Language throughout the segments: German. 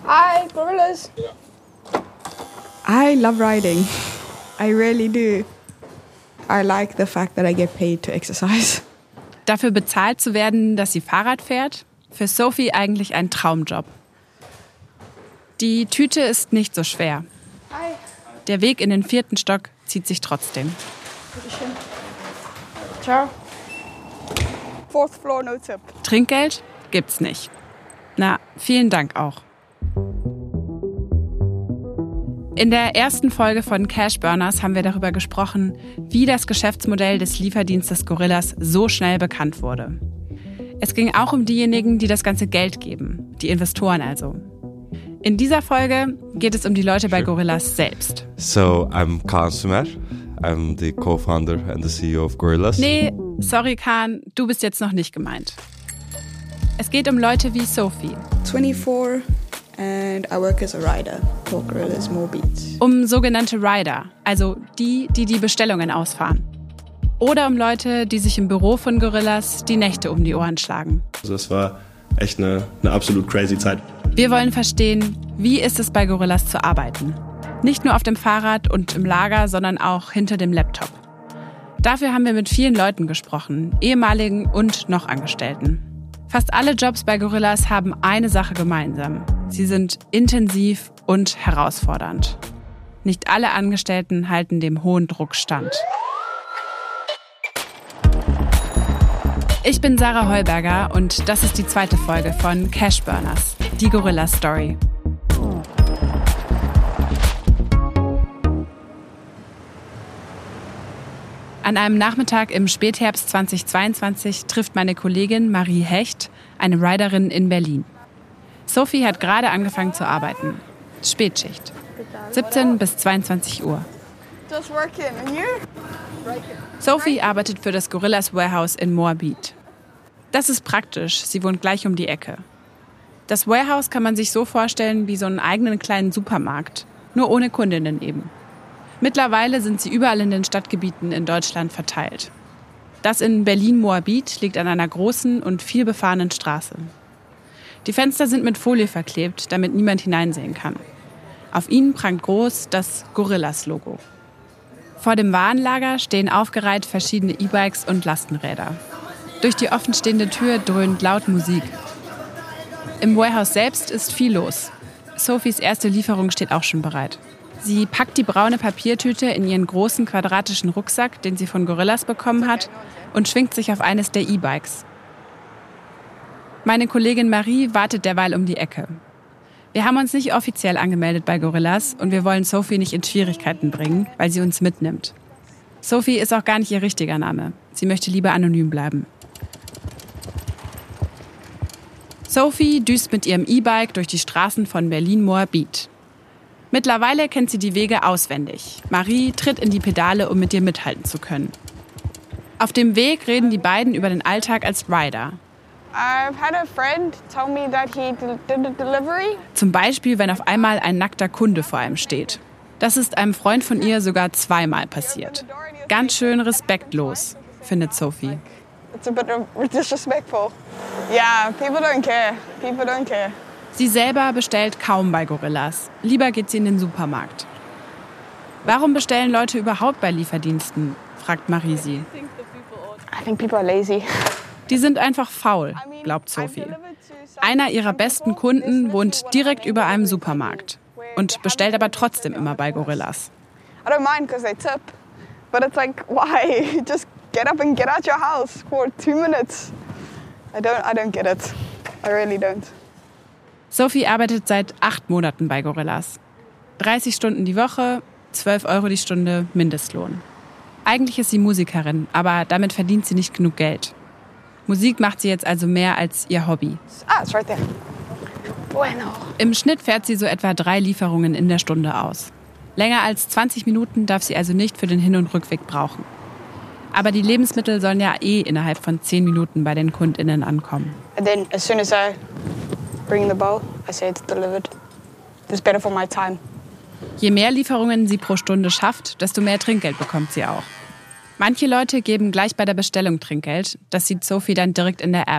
Hi, gorillas. I love riding. I really do. I like the fact that I get paid to exercise. Dafür bezahlt zu werden, dass sie Fahrrad fährt? Für Sophie eigentlich ein Traumjob. Die Tüte ist nicht so schwer. Hi. Der Weg in den 4. Stock zieht sich trotzdem. Ciao. 4th floor, no tip. Trinkgeld gibt's nicht. Na, vielen Dank auch. In der ersten Folge von Cash Burners haben wir darüber gesprochen, wie das Geschäftsmodell des Lieferdienstes Gorillas so schnell bekannt wurde. Es ging auch um diejenigen, die das ganze Geld geben, die Investoren also. In dieser Folge geht es um die Leute bei Gorillas selbst. So, I'm Kaan Sumer. I'm the co-founder and the CEO of Gorillas. Nee, sorry Kaan, du bist jetzt noch nicht gemeint. Es geht um Leute wie Sophie. 24 and I work as a rider for Gorillas Moorbeat. Um sogenannte Rider, also die Bestellungen ausfahren. Oder um Leute, die sich im Büro von Gorillas die Nächte um die Ohren schlagen. Also das war echt eine absolut crazy Zeit. Wir wollen verstehen, wie ist es bei Gorillas zu arbeiten? Nicht nur auf dem Fahrrad und im Lager, sondern auch hinter dem Laptop. Dafür haben wir mit vielen Leuten gesprochen, ehemaligen und noch Angestellten. Fast alle Jobs bei Gorillas haben eine Sache gemeinsam. Sie sind intensiv und herausfordernd. Nicht alle Angestellten halten dem hohen Druck stand. Ich bin Sarah Heuberger und das ist die 2. Folge von Cash Burners, die Gorillas Story. An einem Nachmittag im Spätherbst 2022 trifft meine Kollegin Marie Hecht, eine Riderin in Berlin. Sophie hat gerade angefangen zu arbeiten. Spätschicht. 17 bis 22 Uhr. Just working. And you? Sophie arbeitet für das Gorillas Warehouse in Moorbeat. Das ist praktisch, sie wohnt gleich um die Ecke. Das Warehouse kann man sich so vorstellen wie so einen eigenen kleinen Supermarkt, nur ohne Kundinnen eben. Mittlerweile sind sie überall in den Stadtgebieten in Deutschland verteilt. Das in Berlin-Moorbeat liegt an einer großen und viel befahrenen Straße. Die Fenster sind mit Folie verklebt, damit niemand hineinsehen kann. Auf ihnen prangt groß das Gorillas-Logo. Vor dem Warenlager stehen aufgereiht verschiedene E-Bikes und Lastenräder. Durch die offenstehende Tür dröhnt laut Musik. Im Warehouse selbst ist viel los. Sophies erste Lieferung steht auch schon bereit. Sie packt die braune Papiertüte in ihren großen quadratischen Rucksack, den sie von Gorillas bekommen hat, und schwingt sich auf eines der E-Bikes. Meine Kollegin Marie wartet derweil um die Ecke. Wir haben uns nicht offiziell angemeldet bei Gorillas und wir wollen Sophie nicht in Schwierigkeiten bringen, weil sie uns mitnimmt. Sophie ist auch gar nicht ihr richtiger Name. Sie möchte lieber anonym bleiben. Sophie düst mit ihrem E-Bike durch die Straßen von Berlin-Moorbeat. Mittlerweile kennt sie die Wege auswendig. Marie tritt in die Pedale, um mit ihr mithalten zu können. Auf dem Weg reden die beiden über den Alltag als Rider. I've had a friend tell me that he did a delivery. Zum Beispiel, wenn auf einmal ein nackter Kunde vor einem steht. Das ist einem Freund von ihr sogar 2-mal passiert. Ganz schön respektlos, findet Sophie. It's a bit disrespectful. Yeah, people don't care. People don't care. Sie selber bestellt kaum bei Gorillas. Lieber geht sie in den Supermarkt. Warum bestellen Leute überhaupt bei Lieferdiensten? Fragt Marie sie. I think people are lazy. Die sind einfach faul, glaubt Sophie. Einer ihrer besten Kunden wohnt direkt über einem Supermarkt und bestellt aber trotzdem immer bei Gorillas. I don't mind because they tip, but it's like, why? Just get up and get out your house for 2 minutes. I don't get it. I really don't. Sophie arbeitet seit 8 Monaten bei Gorillas. 30 Stunden die Woche, 12 € die Stunde Mindestlohn. Eigentlich ist sie Musikerin, aber damit verdient sie nicht genug Geld. Musik macht sie jetzt also mehr als ihr Hobby. It's right there. Bueno. Im Schnitt fährt sie so etwa 3 Lieferungen in der Stunde aus. Länger als 20 Minuten darf sie also nicht für den Hin- und Rückweg brauchen. Aber die Lebensmittel sollen ja innerhalb von 10 Minuten bei den KundInnen ankommen. And then as soon as I bring the bowl, I say it's delivered. It's better for my time. Je mehr Lieferungen sie pro Stunde schafft, desto mehr Trinkgeld bekommt sie auch. Manche Leute geben gleich bei der Bestellung Trinkgeld. Das sieht Sophie dann direkt in der App.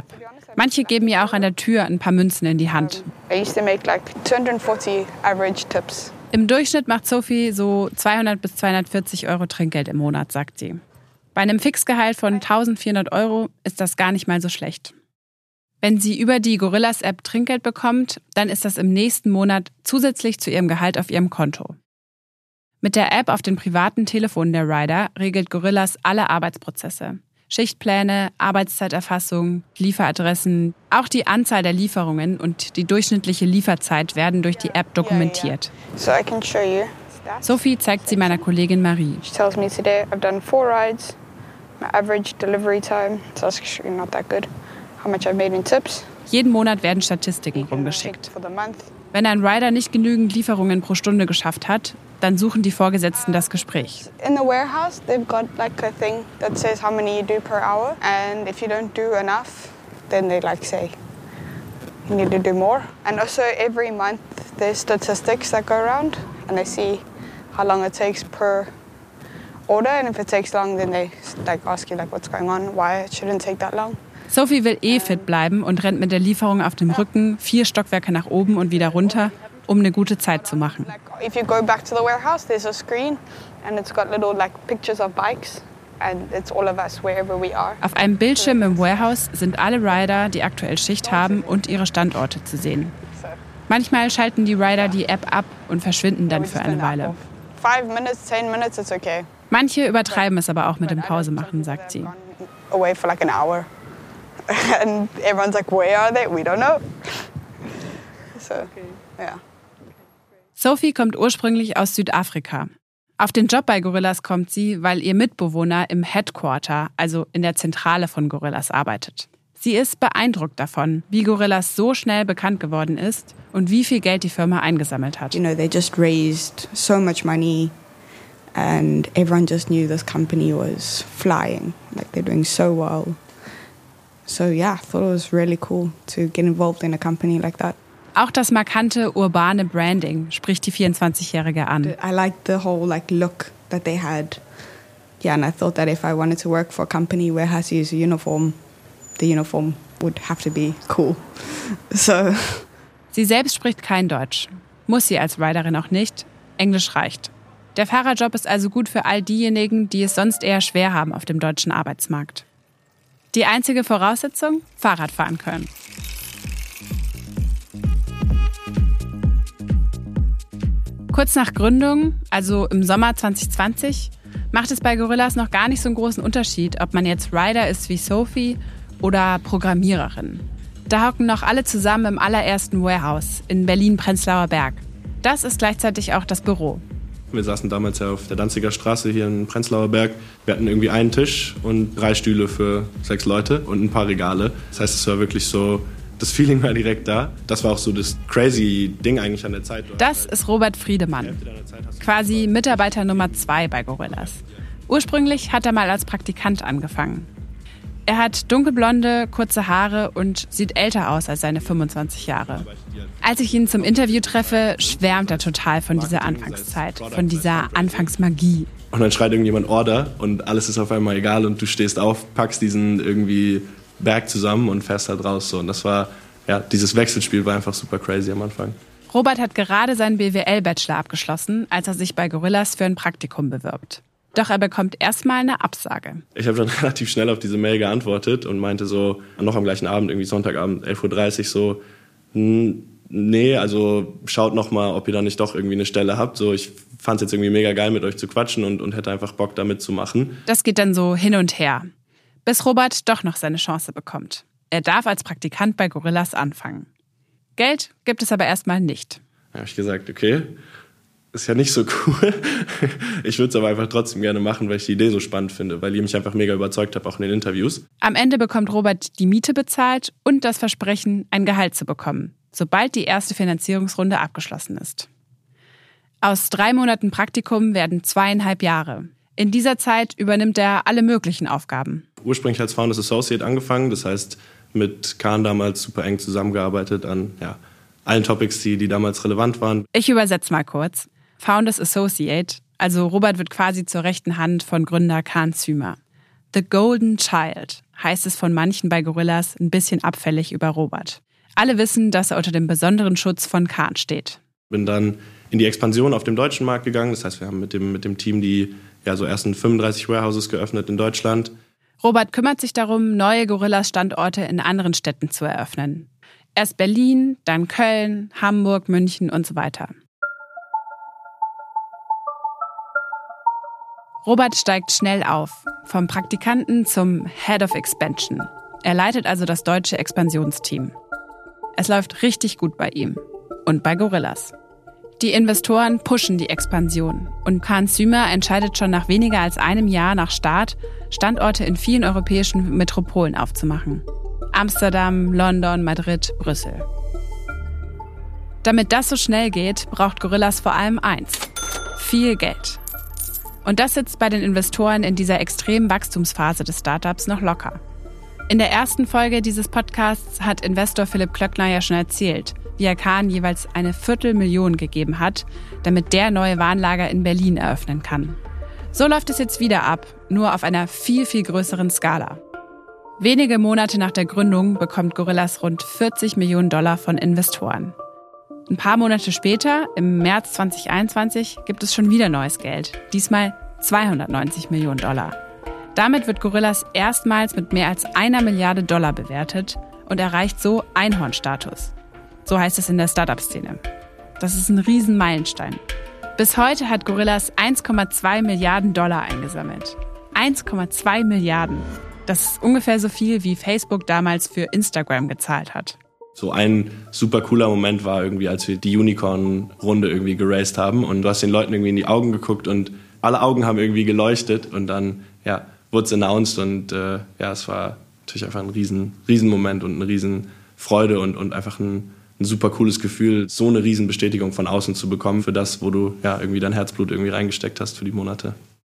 Manche geben ihr auch an der Tür ein paar Münzen in die Hand. I used to make like 240 average tips. Im Durchschnitt macht Sophie so 200 bis 240 Euro Trinkgeld im Monat, sagt sie. Bei einem Fixgehalt von 1.400 Euro ist das gar nicht mal so schlecht. Wenn sie über die Gorillas-App Trinkgeld bekommt, dann ist das im nächsten Monat zusätzlich zu ihrem Gehalt auf ihrem Konto. Mit der App auf den privaten Telefonen der Rider regelt Gorillas alle Arbeitsprozesse. Schichtpläne, Arbeitszeiterfassung, Lieferadressen, auch die Anzahl der Lieferungen und die durchschnittliche Lieferzeit werden durch die App dokumentiert. So I can show you. Sophie zeigt sie meiner Kollegin Marie. She tells me today I've done 4 rides, my average delivery time, so that's actually not that good. How much I've made in tips. Jeden Monat werden Statistiken rumgeschickt. For the month. Wenn ein Rider nicht genügend Lieferungen pro Stunde geschafft hat, dann suchen die Vorgesetzten das Gespräch. In the warehouse, they've got like a thing that says how many you do per hour, and if you don't do enough, then they like say you need to do more. And also every month there's statistics that go around, and they see how long it takes per order, and if it takes long, then they like ask you like what's going on, why it shouldn't take that long. Sophie will fit bleiben und rennt mit der Lieferung auf dem Rücken 4 Stockwerke nach oben und wieder runter, um eine gute Zeit zu machen. If you go back to the warehouse, there's a screen and it's got little like pictures of bikes and it's all of us wherever we are. Auf einem Bildschirm im Warehouse sind alle Rider, die aktuell Schicht haben, und ihre Standorte zu sehen. Manchmal schalten die Rider die App ab und verschwinden dann für eine Weile. 5 minutes, 10 minutes, it's okay. Manche übertreiben es aber auch mit dem Pausemachen, sagt sie. Away for like an hour. And everyone's like, where are they? We don't know. So, yeah. Sophie kommt ursprünglich aus Südafrika. Auf den Job bei Gorillas kommt sie, weil ihr Mitbewohner im Headquarter, also in der Zentrale von Gorillas, arbeitet. Sie ist beeindruckt davon, wie Gorillas so schnell bekannt geworden ist und wie viel Geld die Firma eingesammelt hat. You know, they just raised so much money and everyone just knew this company was flying. Like they're doing so well. So yeah, I thought it was really cool to get involved in a company like that. Auch das markante urbane Branding spricht die 24-Jährige an. I liked the whole look that they had. Yeah, and I thought that if I wanted to work for a company where has to use a uniform, the uniform would have to be cool. So. Sie selbst spricht kein Deutsch. Muss sie als Riderin auch nicht. Englisch reicht. Der Fahrerjob ist also gut für all diejenigen, die es sonst eher schwer haben auf dem deutschen Arbeitsmarkt. Die einzige Voraussetzung? Fahrrad fahren können. Kurz nach Gründung, also im Sommer 2020, macht es bei Gorillas noch gar nicht so einen großen Unterschied, ob man jetzt Rider ist wie Sophie oder Programmiererin. Da hocken noch alle zusammen im allerersten Warehouse in Berlin-Prenzlauer Berg. Das ist gleichzeitig auch das Büro. Wir saßen damals ja auf der Danziger Straße hier in Prenzlauer Berg. Wir hatten irgendwie einen Tisch und 3 Stühle für 6 Leute und ein paar Regale. Das heißt, es war wirklich so, das Feeling war direkt da. Das war auch so das crazy Ding eigentlich an der Zeit. Das ist Robert Friedemann, quasi Mitarbeiter Nummer 2 bei Gorillas. Ursprünglich hat er mal als Praktikant angefangen. Er hat dunkelblonde, kurze Haare und sieht älter aus als seine 25 Jahre. Als ich ihn zum Interview treffe, schwärmt er total von dieser Anfangszeit, von dieser Anfangsmagie. Und dann schreit irgendjemand Order und alles ist auf einmal egal und du stehst auf, packst diesen irgendwie Berg zusammen und fährst halt raus. So. Und das war, ja, dieses Wechselspiel war einfach super crazy am Anfang. Robert hat gerade seinen BWL-Bachelor abgeschlossen, als er sich bei Gorillas für ein Praktikum bewirbt. Doch er bekommt erstmal eine Absage. Ich habe dann relativ schnell auf diese Mail geantwortet und meinte so, noch am gleichen Abend, irgendwie Sonntagabend, 11.30 Uhr, so, nee, also schaut noch mal, ob ihr da nicht doch irgendwie eine Stelle habt. So, ich fand es jetzt irgendwie mega geil, mit euch zu quatschen und hätte einfach Bock, da mitzumachen. Das geht dann so hin und her, bis Robert doch noch seine Chance bekommt. Er darf als Praktikant bei Gorillas anfangen. Geld gibt es aber erstmal nicht. Da habe ich gesagt, okay, ist ja nicht so cool. Ich würde es aber einfach trotzdem gerne machen, weil ich die Idee so spannend finde, weil ihr mich einfach mega überzeugt habt, auch in den Interviews. Am Ende bekommt Robert die Miete bezahlt und das Versprechen, ein Gehalt zu bekommen, sobald die erste Finanzierungsrunde abgeschlossen ist. Aus 3 Monaten Praktikum werden 2,5 Jahre. In dieser Zeit übernimmt er alle möglichen Aufgaben. Ursprünglich als Founders Associate angefangen, das heißt mit Kahn damals super eng zusammengearbeitet an allen Topics, die damals relevant waren. Ich übersetze mal kurz. Founders Associate, also Robert wird quasi zur rechten Hand von Gründer Kahn Zümer. The Golden Child heißt es von manchen bei Gorillas ein bisschen abfällig über Robert. Alle wissen, dass er unter dem besonderen Schutz von Khan steht. Bin dann in die Expansion auf dem deutschen Markt gegangen. Das heißt, wir haben mit dem Team die so ersten 35 Warehouses geöffnet in Deutschland. Robert kümmert sich darum, neue Gorillas-Standorte in anderen Städten zu eröffnen. Erst Berlin, dann Köln, Hamburg, München und so weiter. Robert steigt schnell auf, vom Praktikanten zum Head of Expansion. Er leitet also das deutsche Expansionsteam. Es läuft richtig gut bei ihm und bei Gorillas. Die Investoren pushen die Expansion und Khan Sümer entscheidet schon nach weniger als einem Jahr nach Start, Standorte in vielen europäischen Metropolen aufzumachen. Amsterdam, London, Madrid, Brüssel. Damit das so schnell geht, braucht Gorillas vor allem eins: viel Geld. Und das sitzt bei den Investoren in dieser extremen Wachstumsphase des Startups noch locker. In der ersten Folge dieses Podcasts hat Investor Philipp Klöckner ja schon erzählt, wie er Khan jeweils 250.000 gegeben hat, damit der neue Warenlager in Berlin eröffnen kann. So läuft es jetzt wieder ab, nur auf einer viel, viel größeren Skala. Wenige Monate nach der Gründung bekommt Gorillas rund $40 Millionen von Investoren. Ein paar Monate später, im März 2021, gibt es schon wieder neues Geld, diesmal $290 Millionen. Damit wird Gorillas erstmals mit mehr als $1 Milliarde bewertet und erreicht so Einhornstatus. So heißt es in der Startup-Szene. Das ist ein Riesenmeilenstein. Bis heute hat Gorillas 1,2 Milliarden Dollar eingesammelt. 1,2 Milliarden. Das ist ungefähr so viel, wie Facebook damals für Instagram gezahlt hat. So ein super cooler Moment war irgendwie, als wir die Unicorn-Runde irgendwie geraced haben und du hast den Leuten irgendwie in die Augen geguckt und alle Augen haben irgendwie geleuchtet und dann wurde es announced und es war natürlich einfach ein Riesenmoment und eine Riesenfreude und einfach ein super cooles Gefühl, so eine Riesenbestätigung von außen zu bekommen für das, wo du irgendwie dein Herzblut irgendwie reingesteckt hast für die Monate.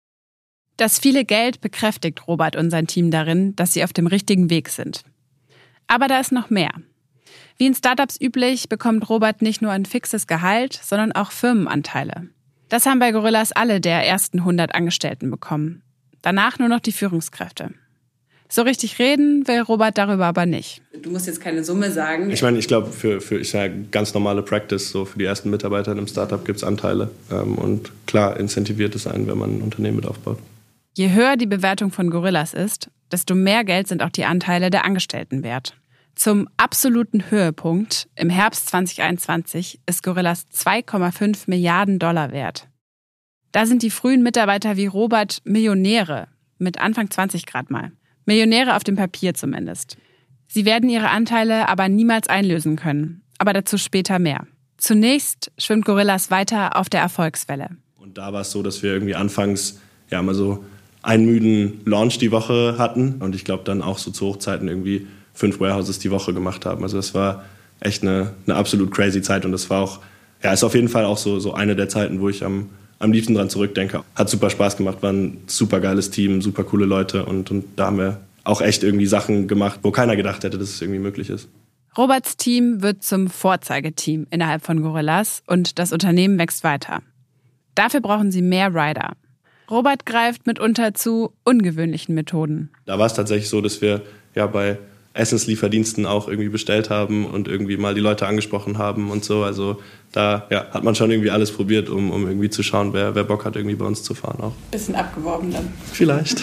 Das viele Geld bekräftigt Robert und sein Team darin, dass sie auf dem richtigen Weg sind. Aber da ist noch mehr. Wie in Startups üblich bekommt Robert nicht nur ein fixes Gehalt, sondern auch Firmenanteile. Das haben bei Gorillas alle der ersten 100 Angestellten bekommen. Danach nur noch die Führungskräfte. So richtig reden will Robert darüber aber nicht. Du musst jetzt keine Summe sagen. Ich meine, ich glaube, für ganz normale Practice, so für die ersten Mitarbeiter in einem Startup gibt es Anteile. Und klar incentiviert es einen, wenn man ein Unternehmen mit aufbaut. Je höher die Bewertung von Gorillas ist, desto mehr Geld sind auch die Anteile der Angestellten wert. Zum absoluten Höhepunkt im Herbst 2021 ist Gorillas 2,5 Milliarden Dollar wert. Da sind die frühen Mitarbeiter wie Robert Millionäre, mit Anfang 20 Grad mal. Millionäre auf dem Papier zumindest. Sie werden ihre Anteile aber niemals einlösen können. Aber dazu später mehr. Zunächst schwimmt Gorillas weiter auf der Erfolgswelle. Und da war es so, dass wir irgendwie anfangs mal so einen müden Launch die Woche hatten. Und ich glaube dann auch so zu Hochzeiten irgendwie 5 Warehouses die Woche gemacht haben. Also das war echt eine absolut crazy Zeit. Und das war auch, ist auf jeden Fall auch so eine der Zeiten, wo ich am liebsten dran zurückdenke. Hat super Spaß gemacht, war ein super geiles Team, super coole Leute und da haben wir auch echt irgendwie Sachen gemacht, wo keiner gedacht hätte, dass es irgendwie möglich ist. Roberts Team wird zum Vorzeigeteam innerhalb von Gorillas und das Unternehmen wächst weiter. Dafür brauchen sie mehr Rider. Robert greift mitunter zu ungewöhnlichen Methoden. Da war es tatsächlich so, dass wir bei Essenslieferdiensten auch irgendwie bestellt haben und irgendwie mal die Leute angesprochen haben und so. Also da hat man schon irgendwie alles probiert, um irgendwie zu schauen, wer Bock hat, irgendwie bei uns zu fahren auch. Bisschen abgeworben dann. Vielleicht.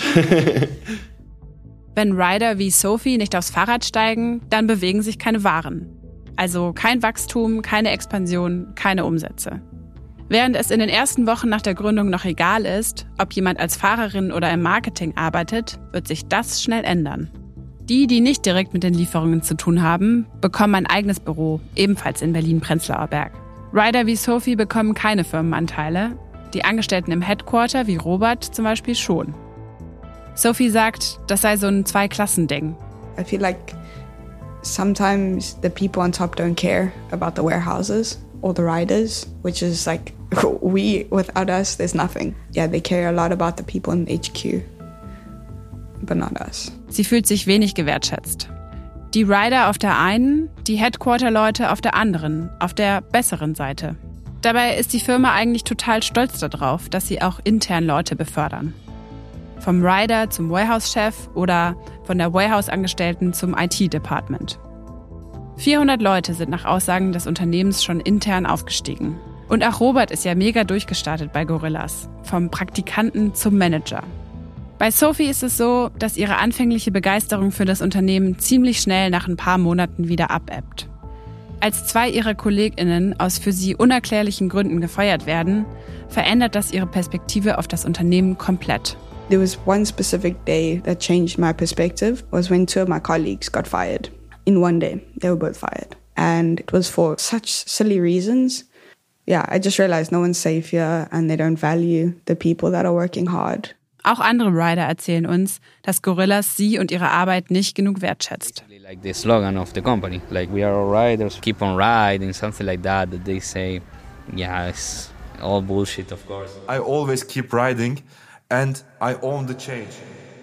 Wenn Rider wie Sophie nicht aufs Fahrrad steigen, dann bewegen sich keine Waren. Also kein Wachstum, keine Expansion, keine Umsätze. Während es in den ersten Wochen nach der Gründung noch egal ist, ob jemand als Fahrerin oder im Marketing arbeitet, wird sich das schnell ändern. Die nicht direkt mit den Lieferungen zu tun haben, bekommen ein eigenes Büro, ebenfalls in Berlin-Prenzlauer Berg. Rider wie Sophie bekommen keine Firmenanteile, die Angestellten im Headquarter wie Robert zum Beispiel schon. Sophie sagt, das sei so ein Zwei-Klassen-Ding. I feel like sometimes the people on top don't care about the warehouses or the riders, which is like, without us, there's nothing. Yeah, they care a lot about the people in HQ. But not us. Sie fühlt sich wenig gewertschätzt. Die Rider auf der einen, die Headquarter-Leute auf der anderen, auf der besseren Seite. Dabei ist die Firma eigentlich total stolz darauf, dass sie auch intern Leute befördern. Vom Rider zum Warehouse-Chef oder von der Warehouse-Angestellten zum IT-Department. 400 Leute sind nach Aussagen des Unternehmens schon intern aufgestiegen. Und auch Robert ist ja mega durchgestartet bei Gorillas. Vom Praktikanten zum Manager. Bei Sophie ist es so, dass ihre anfängliche Begeisterung für das Unternehmen ziemlich schnell nach ein paar Monaten wieder abebbt. Als 2 ihrer KollegInnen aus für sie unerklärlichen Gründen gefeuert werden, verändert das ihre Perspektive auf das Unternehmen komplett. There was one specific day that changed my perspective, was when 2 of my colleagues got fired. In one day, they were both fired. And it was for such silly reasons. Yeah, I just realized no one's safe here and they don't value the people that are working hard. Auch andere Rider erzählen uns, dass Gorillas sie und ihre Arbeit nicht genug wertschätzt. Like the slogan of the company, like we are all riders, keep on riding, something like that they say, yeah, it's all bullshit, of course. I always keep riding and I own the change.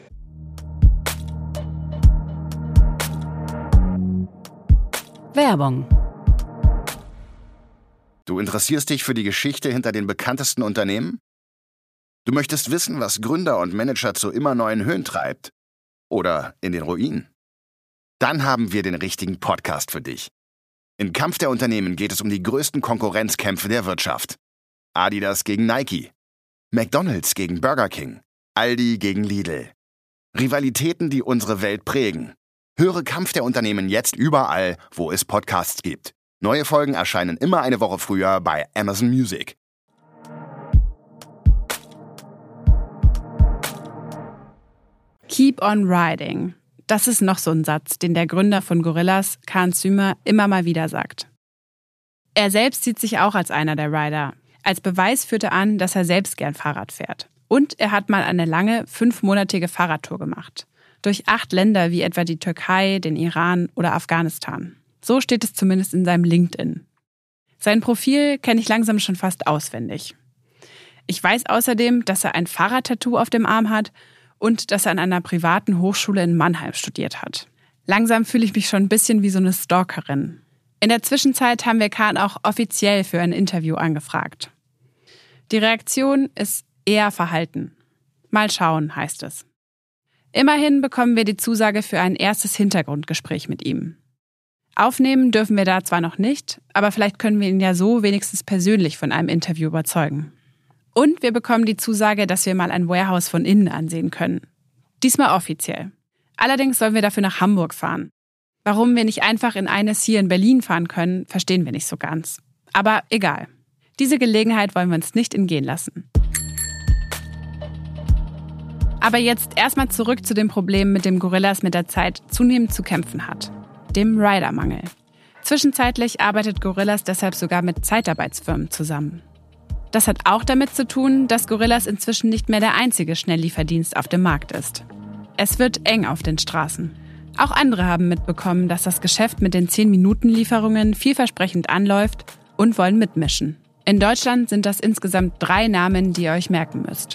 Werbung. Du interessierst dich für die Geschichte hinter den bekanntesten Unternehmen? Du möchtest wissen, was Gründer und Manager zu immer neuen Höhen treibt? Oder in den Ruinen? Dann haben wir den richtigen Podcast für dich. In Kampf der Unternehmen geht es um die größten Konkurrenzkämpfe der Wirtschaft. Adidas gegen Nike, McDonald's gegen Burger King, Aldi gegen Lidl. Rivalitäten, die unsere Welt prägen. Höre Kampf der Unternehmen jetzt überall, wo es Podcasts gibt. Neue Folgen erscheinen immer eine Woche früher bei Amazon Music. Keep on riding. Das ist noch so ein Satz, den der Gründer von Gorillas, Kaan Sümer, immer mal wieder sagt. Er selbst sieht sich auch als einer der Rider. Als Beweis führt er an, dass er selbst gern Fahrrad fährt. Und er hat mal eine lange, 5-monatige Fahrradtour gemacht. Durch 8 Länder wie etwa die Türkei, den Iran oder Afghanistan. So steht es zumindest in seinem LinkedIn. Sein Profil kenne ich langsam schon fast auswendig. Ich weiß außerdem, dass er ein Fahrradtattoo auf dem Arm hat und dass er an einer privaten Hochschule in Mannheim studiert hat. Langsam fühle ich mich schon ein bisschen wie so eine Stalkerin. In der Zwischenzeit haben wir Kaan auch offiziell für ein Interview angefragt. Die Reaktion ist eher verhalten. Mal schauen, heißt es. Immerhin bekommen wir die Zusage für ein erstes Hintergrundgespräch mit ihm. Aufnehmen dürfen wir da zwar noch nicht, aber vielleicht können wir ihn ja so wenigstens persönlich von einem Interview überzeugen. Und wir bekommen die Zusage, dass wir mal ein Warehouse von innen ansehen können. Diesmal offiziell. Allerdings sollen wir dafür nach Hamburg fahren. Warum wir nicht einfach in eines hier in Berlin fahren können, verstehen wir nicht so ganz. Aber egal. Diese Gelegenheit wollen wir uns nicht entgehen lassen. Aber jetzt erstmal zurück zu dem Problem, mit dem Gorillas mit der Zeit zunehmend zu kämpfen hat. Dem Ridermangel. Zwischenzeitlich arbeitet Gorillas deshalb sogar mit Zeitarbeitsfirmen zusammen. Das hat auch damit zu tun, dass Gorillas inzwischen nicht mehr der einzige Schnelllieferdienst auf dem Markt ist. Es wird eng auf den Straßen. Auch andere haben mitbekommen, dass das Geschäft mit den 10-Minuten-Lieferungen vielversprechend anläuft und wollen mitmischen. In Deutschland sind das insgesamt 3 Namen, die ihr euch merken müsst.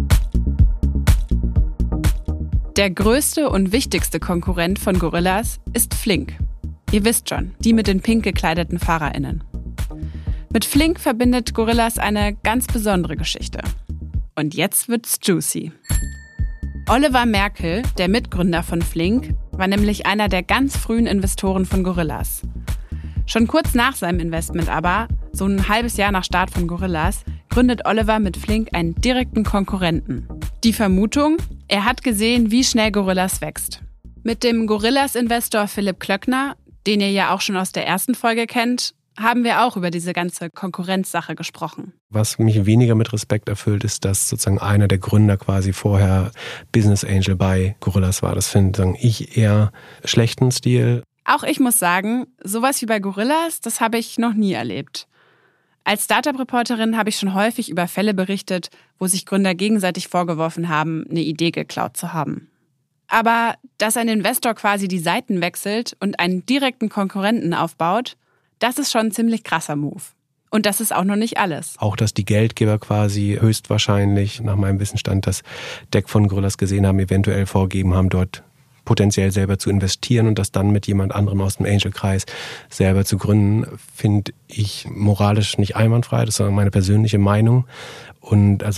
Der größte und wichtigste Konkurrent von Gorillas ist Flink. Ihr wisst schon, die mit den pink gekleideten FahrerInnen. Mit Flink verbindet Gorillas eine ganz besondere Geschichte. Und jetzt wird's juicy. Oliver Merkel, der Mitgründer von Flink, war nämlich einer der ganz frühen Investoren von Gorillas. Schon kurz nach seinem Investment aber, so ein halbes Jahr nach Start von Gorillas, gründet Oliver mit Flink einen direkten Konkurrenten. Die Vermutung? Er hat gesehen, wie schnell Gorillas wächst. Mit dem Gorillas-Investor Philipp Klöckner, den ihr ja auch schon aus der ersten Folge kennt, haben wir auch über diese ganze Konkurrenzsache gesprochen. Was mich weniger mit Respekt erfüllt, ist, dass sozusagen einer der Gründer quasi vorher Business Angel bei Gorillas war. Das finde ich eher schlechten Stil. Auch ich muss sagen, sowas wie bei Gorillas, das habe ich noch nie erlebt. Als Startup-Reporterin habe ich schon häufig über Fälle berichtet, wo sich Gründer gegenseitig vorgeworfen haben, eine Idee geklaut zu haben. Aber dass ein Investor quasi die Seiten wechselt und einen direkten Konkurrenten aufbaut, das ist schon ein ziemlich krasser Move. Und das ist auch noch nicht alles. Auch, dass die Geldgeber quasi höchstwahrscheinlich, nach meinem Wissensstand, das Deck von Gorillas gesehen haben, eventuell vorgegeben haben, dort potenziell selber zu investieren und das dann mit jemand anderem aus dem Angel-Kreis selber zu gründen, finde ich moralisch nicht einwandfrei. Das ist meine persönliche Meinung. Und also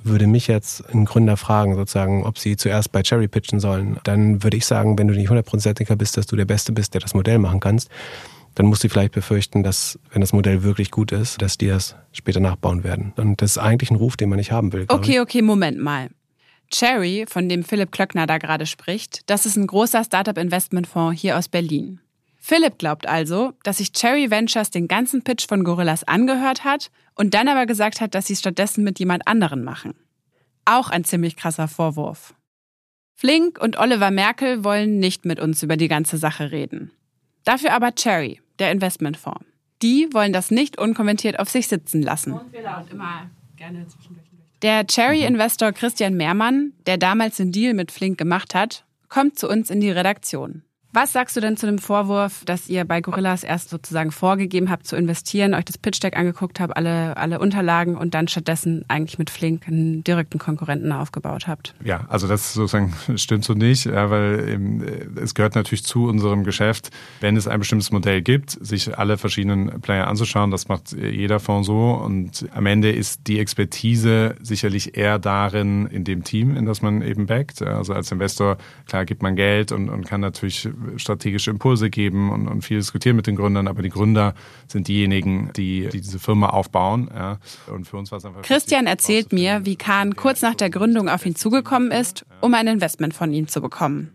würde mich jetzt ein Gründer fragen, sozusagen, ob sie zuerst bei Cherry pitchen sollen, dann würde ich sagen, wenn du nicht 100% sicher bist, dass du der Beste bist, der das Modell machen kannst, dann musst du vielleicht befürchten, dass, wenn das Modell wirklich gut ist, dass die das später nachbauen werden. Und das ist eigentlich ein Ruf, den man nicht haben will. Okay, Moment mal. Cherry, von dem Philipp Klöckner da gerade spricht, das ist ein großer Startup-Investmentfonds hier aus Berlin. Philipp glaubt also, dass sich Cherry Ventures den ganzen Pitch von Gorillas angehört hat und dann aber gesagt hat, dass sie es stattdessen mit jemand anderen machen. Auch ein ziemlich krasser Vorwurf. Flink und Oliver Merkel wollen nicht mit uns über die ganze Sache reden. Dafür aber Cherry, der Investmentfonds. Die wollen das nicht unkommentiert auf sich sitzen lassen. Und wir laufen immer gerne zwischendurch. Der Cherry-Investor Christian Mehrmann, der damals den Deal mit Flink gemacht hat, kommt zu uns in die Redaktion. Was sagst du denn zu dem Vorwurf, dass ihr bei Gorillas erst sozusagen vorgegeben habt zu investieren, euch das Pitch-Deck angeguckt habt, alle Unterlagen und dann stattdessen eigentlich mit Flink einen direkten Konkurrenten aufgebaut habt? Ja, also das sozusagen stimmt so nicht, weil es gehört natürlich zu unserem Geschäft, wenn es ein bestimmtes Modell gibt, sich alle verschiedenen Player anzuschauen. Das macht jeder Fonds so und am Ende ist die Expertise sicherlich eher darin, in dem Team, in das man eben backt. Also als Investor, klar, gibt man Geld und kann natürlich strategische Impulse geben und viel diskutieren mit den Gründern, aber die Gründer sind diejenigen, die diese Firma aufbauen. Ja. Und für uns war es einfach Christian erzählt mir, wie Kahn kurz nach der Gründung auf ihn zugekommen ist, um ein Investment von ihm zu bekommen.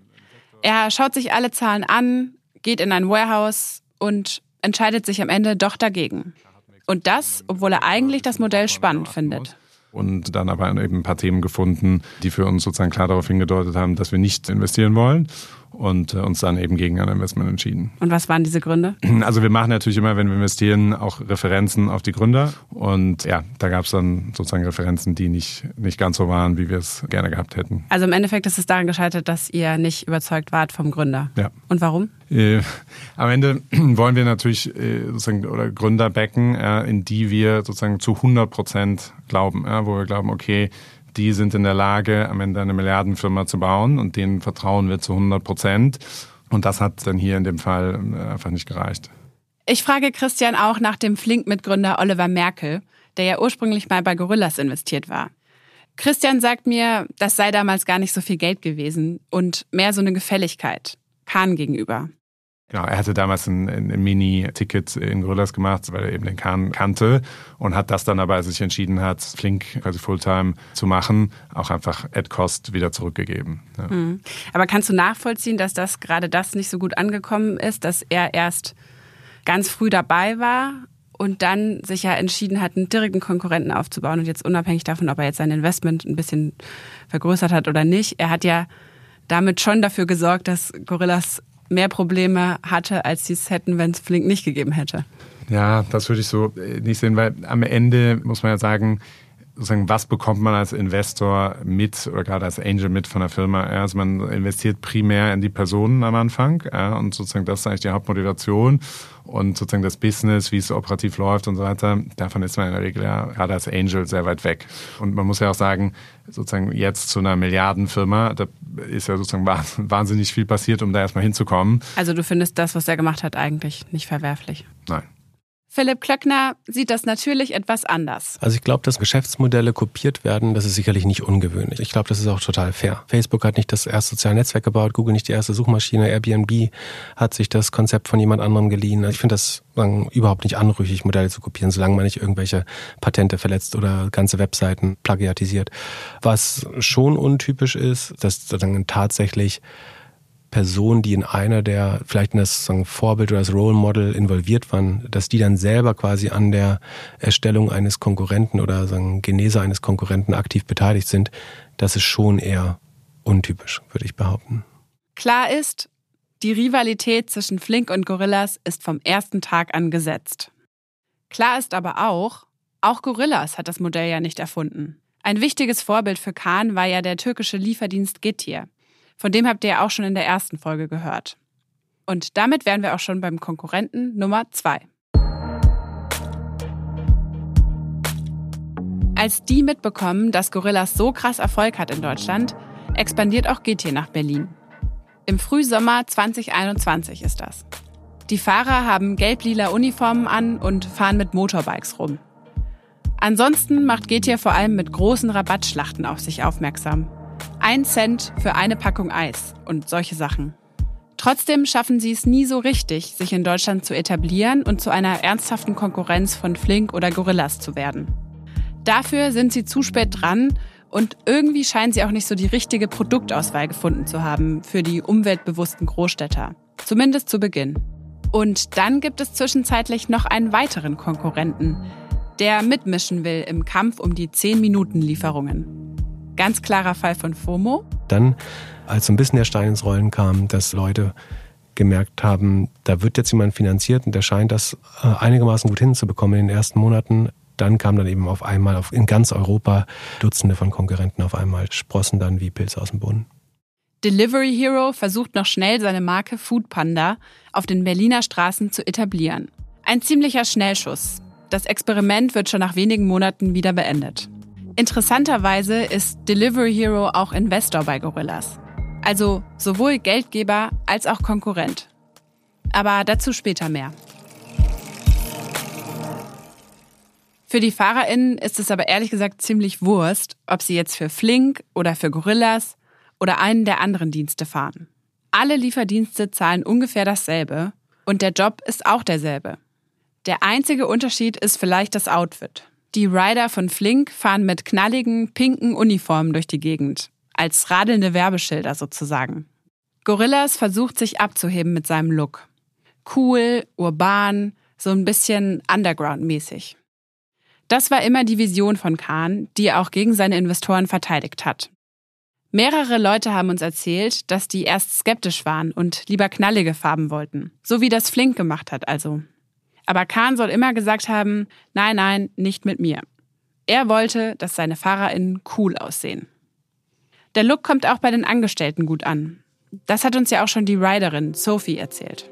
Er schaut sich alle Zahlen an, geht in ein Warehouse und entscheidet sich am Ende doch dagegen. Und das, obwohl er eigentlich das Modell spannend findet. Und dann aber eben ein paar Themen gefunden, die für uns sozusagen klar darauf hingedeutet haben, dass wir nicht investieren wollen und uns dann eben gegen ein Investment entschieden. Und was waren diese Gründe? Also wir machen natürlich immer, wenn wir investieren, auch Referenzen auf die Gründer. Und ja, da gab es dann sozusagen Referenzen, die nicht ganz so waren, wie wir es gerne gehabt hätten. Also im Endeffekt ist es daran gescheitert, dass ihr nicht überzeugt wart vom Gründer. Ja. Und warum? Am Ende wollen wir natürlich sozusagen oder Gründer backen, in die wir sozusagen zu 100% glauben, wo wir glauben, okay, die sind in der Lage, am Ende eine Milliardenfirma zu bauen und denen vertrauen wir zu 100%. Und das hat dann hier in dem Fall einfach nicht gereicht. Ich frage Christian auch nach dem Flink-Mitgründer Oliver Merkel, der ja ursprünglich mal bei Gorillas investiert war. Christian sagt mir, das sei damals gar nicht so viel Geld gewesen und mehr so eine Gefälligkeit Kahn gegenüber. Genau, er hatte damals ein Mini-Ticket in Gorillas gemacht, weil er eben den Kahn kannte und hat das dann aber, als er sich entschieden hat, Flink quasi Fulltime zu machen, auch einfach at cost wieder zurückgegeben. Ja. Mhm. Aber kannst du nachvollziehen, dass das gerade das nicht so gut angekommen ist, dass er erst ganz früh dabei war und dann sich ja entschieden hat, einen direkten Konkurrenten aufzubauen und jetzt unabhängig davon, ob er jetzt sein Investment ein bisschen vergrößert hat oder nicht, er hat ja damit schon dafür gesorgt, dass Gorillas mehr Probleme hatte, als sie es hätten, wenn es Flink nicht gegeben hätte. Ja, das würde ich so nicht sehen, weil am Ende muss man ja sagen, sozusagen, was bekommt man als Investor mit oder gerade als Angel mit von der Firma? Also man investiert primär in die Personen am Anfang und sozusagen das ist eigentlich die Hauptmotivation und sozusagen das Business, wie es operativ läuft und so weiter, davon ist man in der Regel ja gerade als Angel sehr weit weg. Und man muss ja auch sagen, sozusagen jetzt zu einer Milliardenfirma, da ist ja sozusagen wahnsinnig viel passiert, um da erstmal hinzukommen. Also du findest das, was er gemacht hat, eigentlich nicht verwerflich? Nein. Philipp Klöckner sieht das natürlich etwas anders. Also ich glaube, dass Geschäftsmodelle kopiert werden, das ist sicherlich nicht ungewöhnlich. Ich glaube, das ist auch total fair. Facebook hat nicht das erste soziale Netzwerk gebaut, Google nicht die erste Suchmaschine, Airbnb hat sich das Konzept von jemand anderem geliehen. Ich finde das überhaupt nicht anrüchig, Modelle zu kopieren, solange man nicht irgendwelche Patente verletzt oder ganze Webseiten plagiatisiert. Was schon untypisch ist, dass dann tatsächlich Personen, die in einer der, vielleicht in das Vorbild oder das Role Model involviert waren, dass die dann selber quasi an der Erstellung eines Konkurrenten oder Genese eines Konkurrenten aktiv beteiligt sind, das ist schon eher untypisch, würde ich behaupten. Klar ist, die Rivalität zwischen Flink und Gorillas ist vom ersten Tag an gesetzt. Klar ist aber auch Gorillas hat das Modell ja nicht erfunden. Ein wichtiges Vorbild für Kahn war ja der türkische Lieferdienst Getir. Von dem habt ihr ja auch schon in der ersten Folge gehört. Und damit wären wir auch schon beim Konkurrenten Nummer 2. Als die mitbekommen, dass Gorillas so krass Erfolg hat in Deutschland, expandiert auch Getir nach Berlin. Im Frühsommer 2021 ist das. Die Fahrer haben gelb-lila Uniformen an und fahren mit Motorbikes rum. Ansonsten macht Getir vor allem mit großen Rabattschlachten auf sich aufmerksam. 1 Cent für eine Packung Eis und solche Sachen. Trotzdem schaffen sie es nie so richtig, sich in Deutschland zu etablieren und zu einer ernsthaften Konkurrenz von Flink oder Gorillas zu werden. Dafür sind sie zu spät dran und irgendwie scheinen sie auch nicht so die richtige Produktauswahl gefunden zu haben für die umweltbewussten Großstädter. Zumindest zu Beginn. Und dann gibt es zwischenzeitlich noch einen weiteren Konkurrenten, der mitmischen will im Kampf um die 10-Minuten-Lieferungen. Ganz klarer Fall von FOMO. Dann, als so ein bisschen der Stein ins Rollen kam, dass Leute gemerkt haben, da wird jetzt jemand finanziert und der scheint das einigermaßen gut hinzubekommen in den ersten Monaten. Dann kam dann eben auf einmal in ganz Europa Dutzende von Konkurrenten auf einmal, sprossen dann wie Pilze aus dem Boden. Delivery Hero versucht noch schnell seine Marke Foodpanda auf den Berliner Straßen zu etablieren. Ein ziemlicher Schnellschuss. Das Experiment wird schon nach wenigen Monaten wieder beendet. Interessanterweise ist Delivery Hero auch Investor bei Gorillas. Also sowohl Geldgeber als auch Konkurrent. Aber dazu später mehr. Für die FahrerInnen ist es aber ehrlich gesagt ziemlich Wurst, ob sie jetzt für Flink oder für Gorillas oder einen der anderen Dienste fahren. Alle Lieferdienste zahlen ungefähr dasselbe und der Job ist auch derselbe. Der einzige Unterschied ist vielleicht das Outfit. Die Rider von Flink fahren mit knalligen, pinken Uniformen durch die Gegend. Als radelnde Werbeschilder sozusagen. Gorillas versucht sich abzuheben mit seinem Look. Cool, urban, so ein bisschen Underground-mäßig. Das war immer die Vision von Kahn, die er auch gegen seine Investoren verteidigt hat. Mehrere Leute haben uns erzählt, dass die erst skeptisch waren und lieber knallige Farben wollten. So wie das Flink gemacht hat also. Aber Kahn soll immer gesagt haben, nein, nicht mit mir. Er wollte, dass seine FahrerInnen cool aussehen. Der Look kommt auch bei den Angestellten gut an. Das hat uns ja auch schon die Riderin Sophie erzählt.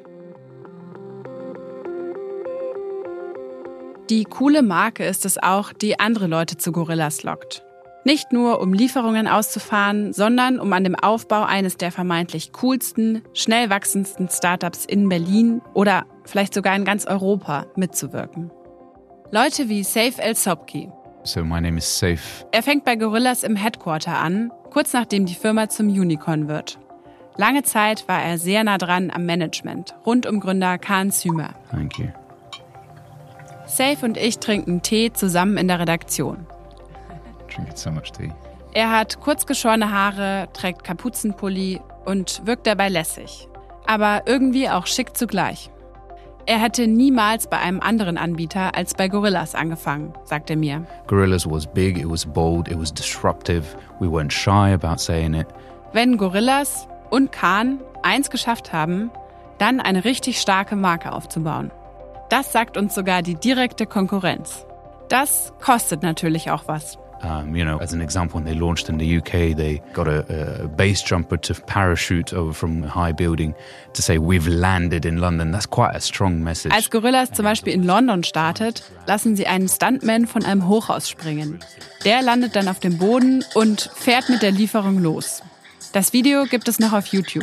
Die coole Marke ist es auch, die andere Leute zu Gorillas lockt. Nicht nur, um Lieferungen auszufahren, sondern um an dem Aufbau eines der vermeintlich coolsten, schnell wachsendsten Startups in Berlin oder vielleicht sogar in ganz Europa mitzuwirken. Leute wie Saif El-Sobki. So my name is Saif. Er fängt bei Gorillas im Headquarter an, kurz nachdem die Firma zum Unicorn wird. Lange Zeit war er sehr nah dran am Management, rund um Gründer Kaan Sümer. Thank you. Saif und ich trinken Tee zusammen in der Redaktion. Drinking so much tea. Er hat kurzgeschorene Haare, trägt Kapuzenpulli und wirkt dabei lässig. Aber irgendwie auch schick zugleich. Er hätte niemals bei einem anderen Anbieter als bei Gorillas angefangen, sagt er mir. Gorillas was big, it was bold, it was disruptive. We weren't shy about saying it. Wenn Gorillas und Kaan eins geschafft haben, dann eine richtig starke Marke aufzubauen. Das sagt uns sogar die direkte Konkurrenz. Das kostet natürlich auch was. As an example, when they launched in the UK, they got a base jumper to parachute over from a high building to say, we've landed in London. That's quite a strong message. Als Gorillas zum Beispiel in London startet, lassen sie einen Stuntman von einem Hochhaus springen. Der landet dann auf dem Boden und fährt mit der Lieferung los. Das Video gibt es noch auf YouTube.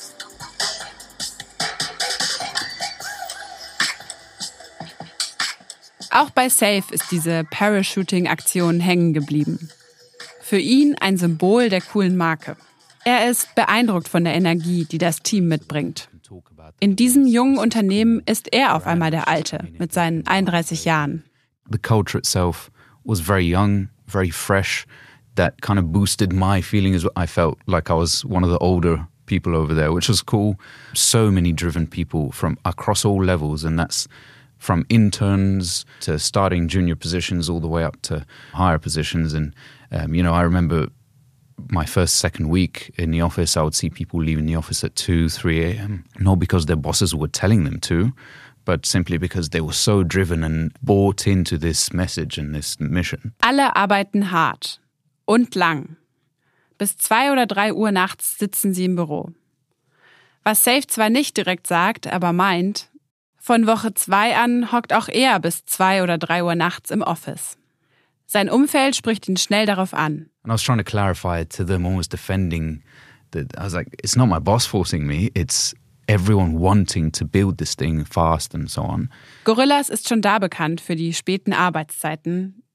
Auch bei Saif ist diese Parachuting-Aktion hängen geblieben. Für ihn ein Symbol der coolen Marke. Er ist beeindruckt von der Energie, die das Team mitbringt. In diesem jungen Unternehmen ist er auf einmal der Alte mit seinen 31 Jahren. The culture itself was very young, very fresh. That kind of boosted my feeling as I felt like I was one of the older people over there, which was cool. So many driven people from across all levels, and that's from interns to starting junior positions all the way up to higher positions. And, I remember my second week in the office, I would see people leaving the office at 2, 3 a.m. Not because their bosses were telling them to, but simply because they were so driven and bought into this message and this mission. Alle arbeiten hart und lang. Bis 2 oder 3 Uhr nachts sitzen sie im Büro. Was Saif zwar nicht direkt sagt, aber meint, von Woche 2 an hockt auch er bis 2 oder 3 Uhr nachts im Office. Sein Umfeld spricht ihn schnell darauf an. And I was trying to clarify to them, almost defending that. I was like, it's not my boss forcing me, it's everyone wanting to build this thing fast and so on. Gorillas ist schon da bekannt für die späten Arbeitszeiten,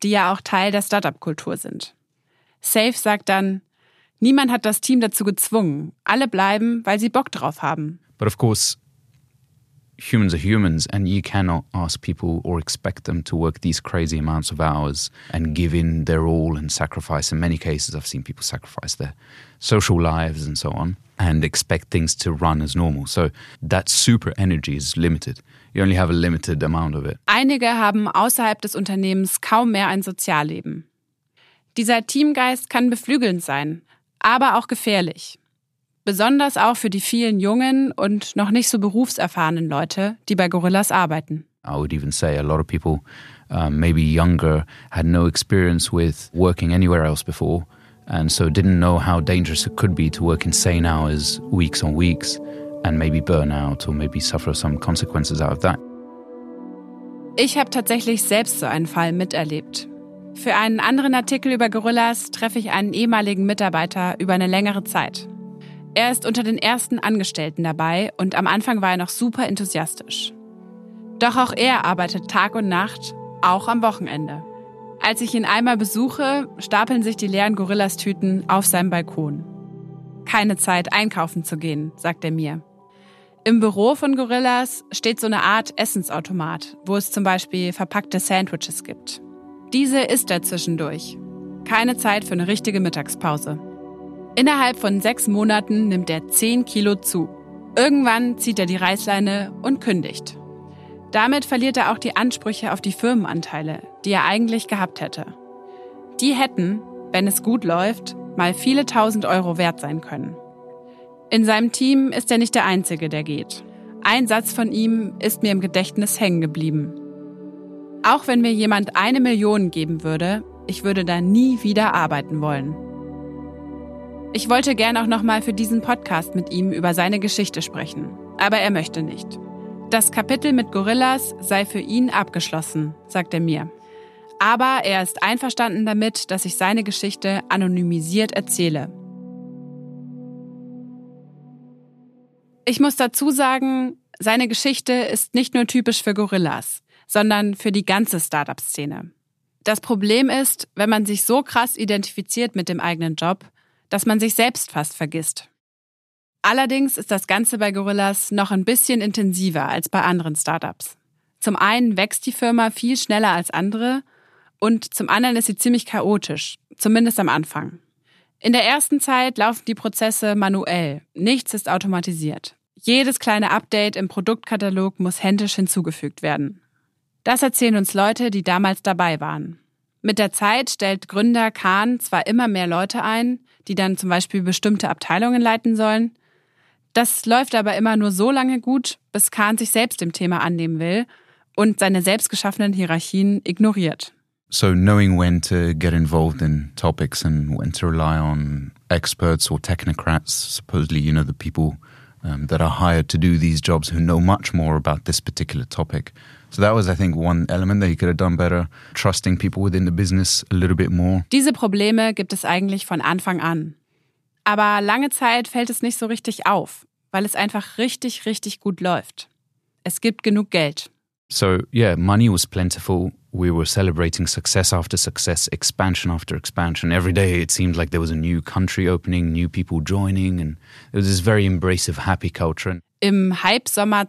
die ja auch Teil der Startup-Kultur sind. Saif sagt dann, niemand hat das Team dazu gezwungen. Alle bleiben, weil sie Bock drauf haben. But of course, humans are humans, and you cannot ask people or expect them to work these crazy amounts of hours and give in their all and sacrifice. In many cases, I've seen people sacrifice their social lives and so on and expect things to run as normal. So that super energy is limited. You only have a limited amount of it. Einige haben außerhalb des Unternehmens kaum mehr ein Sozialleben. Dieser Teamgeist kann beflügelnd sein, aber auch gefährlich. Besonders auch für die vielen jungen und noch nicht so berufserfahrenen Leute, die bei Gorillas arbeiten. I would even say a lot of people, maybe younger, had no experience with working anywhere else before and so didn't know how dangerous it could be to work insane hours, weeks on weeks, and maybe burn out or maybe suffer some consequences out of that. Ich habe tatsächlich selbst so einen Fall miterlebt. Für einen anderen Artikel über Gorillas treffe ich einen ehemaligen Mitarbeiter über eine längere Zeit. Er ist unter den ersten Angestellten dabei und am Anfang war er noch super enthusiastisch. Doch auch er arbeitet Tag und Nacht, auch am Wochenende. Als ich ihn einmal besuche, stapeln sich die leeren Gorillas-Tüten auf seinem Balkon. Keine Zeit, einkaufen zu gehen, sagt er mir. Im Büro von Gorillas steht so eine Art Essensautomat, wo es zum Beispiel verpackte Sandwiches gibt. Diese isst er zwischendurch. Keine Zeit für eine richtige Mittagspause. Innerhalb von 6 Monaten nimmt er 10 Kilo zu. Irgendwann zieht er die Reißleine und kündigt. Damit verliert er auch die Ansprüche auf die Firmenanteile, die er eigentlich gehabt hätte. Die hätten, wenn es gut läuft, mal viele 1.000 Euro wert sein können. In seinem Team ist er nicht der Einzige, der geht. Ein Satz von ihm ist mir im Gedächtnis hängen geblieben. Auch wenn mir jemand 1 Million geben würde, ich würde da nie wieder arbeiten wollen. Ich wollte gern auch nochmal für diesen Podcast mit ihm über seine Geschichte sprechen, aber er möchte nicht. Das Kapitel mit Gorillas sei für ihn abgeschlossen, sagt er mir. Aber er ist einverstanden damit, dass ich seine Geschichte anonymisiert erzähle. Ich muss dazu sagen, seine Geschichte ist nicht nur typisch für Gorillas, sondern für die ganze Startup-Szene. Das Problem ist, wenn man sich so krass identifiziert mit dem eigenen Job, dass man sich selbst fast vergisst. Allerdings ist das Ganze bei Gorillas noch ein bisschen intensiver als bei anderen Startups. Zum einen wächst die Firma viel schneller als andere und zum anderen ist sie ziemlich chaotisch, zumindest am Anfang. In der ersten Zeit laufen die Prozesse manuell, nichts ist automatisiert. Jedes kleine Update im Produktkatalog muss händisch hinzugefügt werden. Das erzählen uns Leute, die damals dabei waren. Mit der Zeit stellt Gründer Khan zwar immer mehr Leute ein, die dann zum Beispiel bestimmte Abteilungen leiten sollen. Das läuft aber immer nur so lange gut, bis Khan sich selbst dem Thema annehmen will und seine selbstgeschaffenen Hierarchien ignoriert. So knowing when to get involved in topics and when to rely on experts or technocrats, supposedly, the people that are hired to do these jobs who know much more about this particular topic. So that was, I think, one element that he could have done better, trusting people within the business a little bit more. Diese Probleme gibt es eigentlich von Anfang an. Aber lange Zeit fällt es nicht so richtig auf, weil es einfach richtig, richtig gut läuft. Es gibt genug Geld. So, yeah, money was plentiful. We were celebrating success after success, expansion after expansion. Every day it seemed like there was a new country opening, new people joining, and it was this very embracive, happy culture. Im Hype-Sommer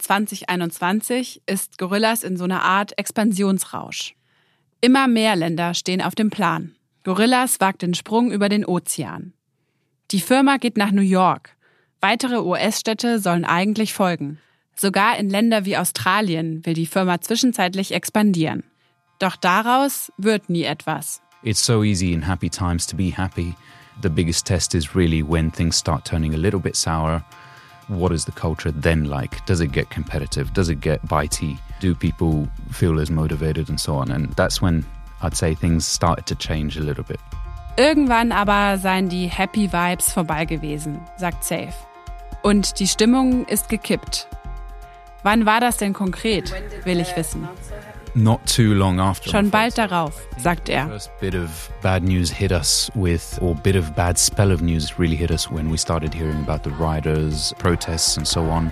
2021 ist Gorillas in so einer Art Expansionsrausch. Immer mehr Länder stehen auf dem Plan. Gorillas wagt den Sprung über den Ozean. Die Firma geht nach New York. Weitere US-Städte sollen eigentlich folgen. Sogar in Länder wie Australien will die Firma zwischenzeitlich expandieren. Doch daraus wird nie etwas. It's so easy in happy times to be happy. The biggest test is really when things start turning a little bit sour. What is the culture then like? Does it get competitive? Does it get bitey? Do people feel as motivated and so on? And that's when I'd say things started to change a little bit. Irgendwann aber seien die Happy Vibes vorbei gewesen, sagt Saif. Und die Stimmung ist gekippt. Wann war das denn konkret, will ich wissen. Not too long after. Schon bald darauf, sagt er. The first bit of bad news hit us with, or bit of bad spell of news really hit us when we started hearing about the rioters, protests and so on.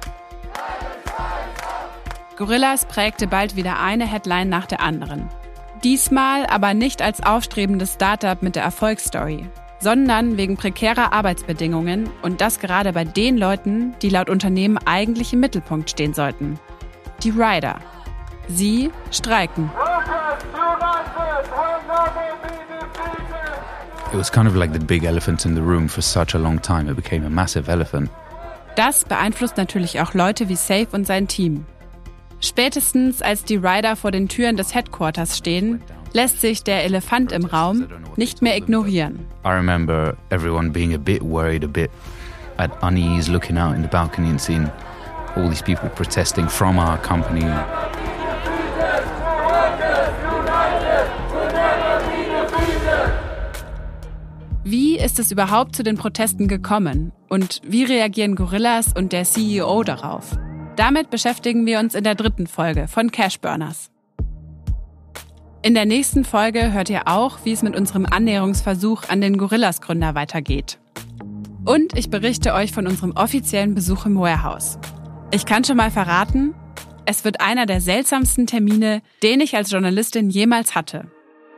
Gorillas prägte bald wieder eine Headline nach der anderen. Diesmal aber nicht als aufstrebendes Startup mit der Erfolgsstory, sondern wegen prekärer Arbeitsbedingungen und das gerade bei den Leuten, die laut Unternehmen eigentlich im Mittelpunkt stehen sollten. Die Rider. Sie streiken. It was kind of like the big elephant in the room for such a long time. It became a massive elephant. Das beeinflusst natürlich auch Leute wie Saif und sein Team. Spätestens als die Rider vor den Türen des Headquarters stehen, lässt sich der Elefant im Raum nicht mehr ignorieren. I remember everyone being a bit worried, a bit at unease, looking out in the balcony and seeing all these people protesting from our company. Wie ist es überhaupt zu den Protesten gekommen? Und wie reagieren Gorillas und der CEO darauf? Damit beschäftigen wir uns in der 3. Folge von Cashburners. In der nächsten Folge hört ihr auch, wie es mit unserem Annäherungsversuch an den Gorillas-Gründer weitergeht. Und ich berichte euch von unserem offiziellen Besuch im Warehouse. Ich kann schon mal verraten, es wird einer der seltsamsten Termine, den ich als Journalistin jemals hatte.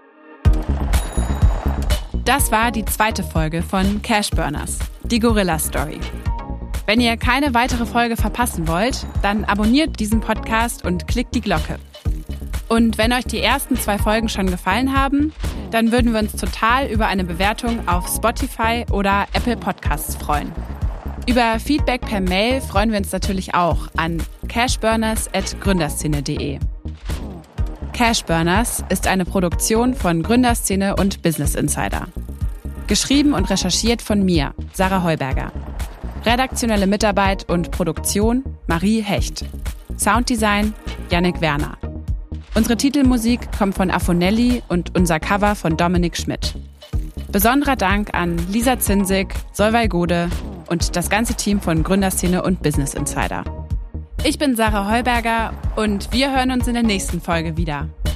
Das war die 2. Folge von Cashburners, die Gorilla-Story. Wenn ihr keine weitere Folge verpassen wollt, dann abonniert diesen Podcast und klickt die Glocke. Und wenn euch die ersten 2 Folgen schon gefallen haben, dann würden wir uns total über eine Bewertung auf Spotify oder Apple Podcasts freuen. Über Feedback per Mail freuen wir uns natürlich auch an cashburners@gründerszene.de. Cashburners ist eine Produktion von Gründerszene und Business Insider. Geschrieben und recherchiert von mir, Sarah Heuberger. Redaktionelle Mitarbeit und Produktion Marie Hecht. Sounddesign Yannick Werner. Unsere Titelmusik kommt von Afonelli und unser Cover von Dominik Schmidt. Besonderer Dank an Lisa Zinzig, Solveig Gode und das ganze Team von Gründerszene und Business Insider. Ich bin Sarah Heuberger und wir hören uns in der nächsten Folge wieder.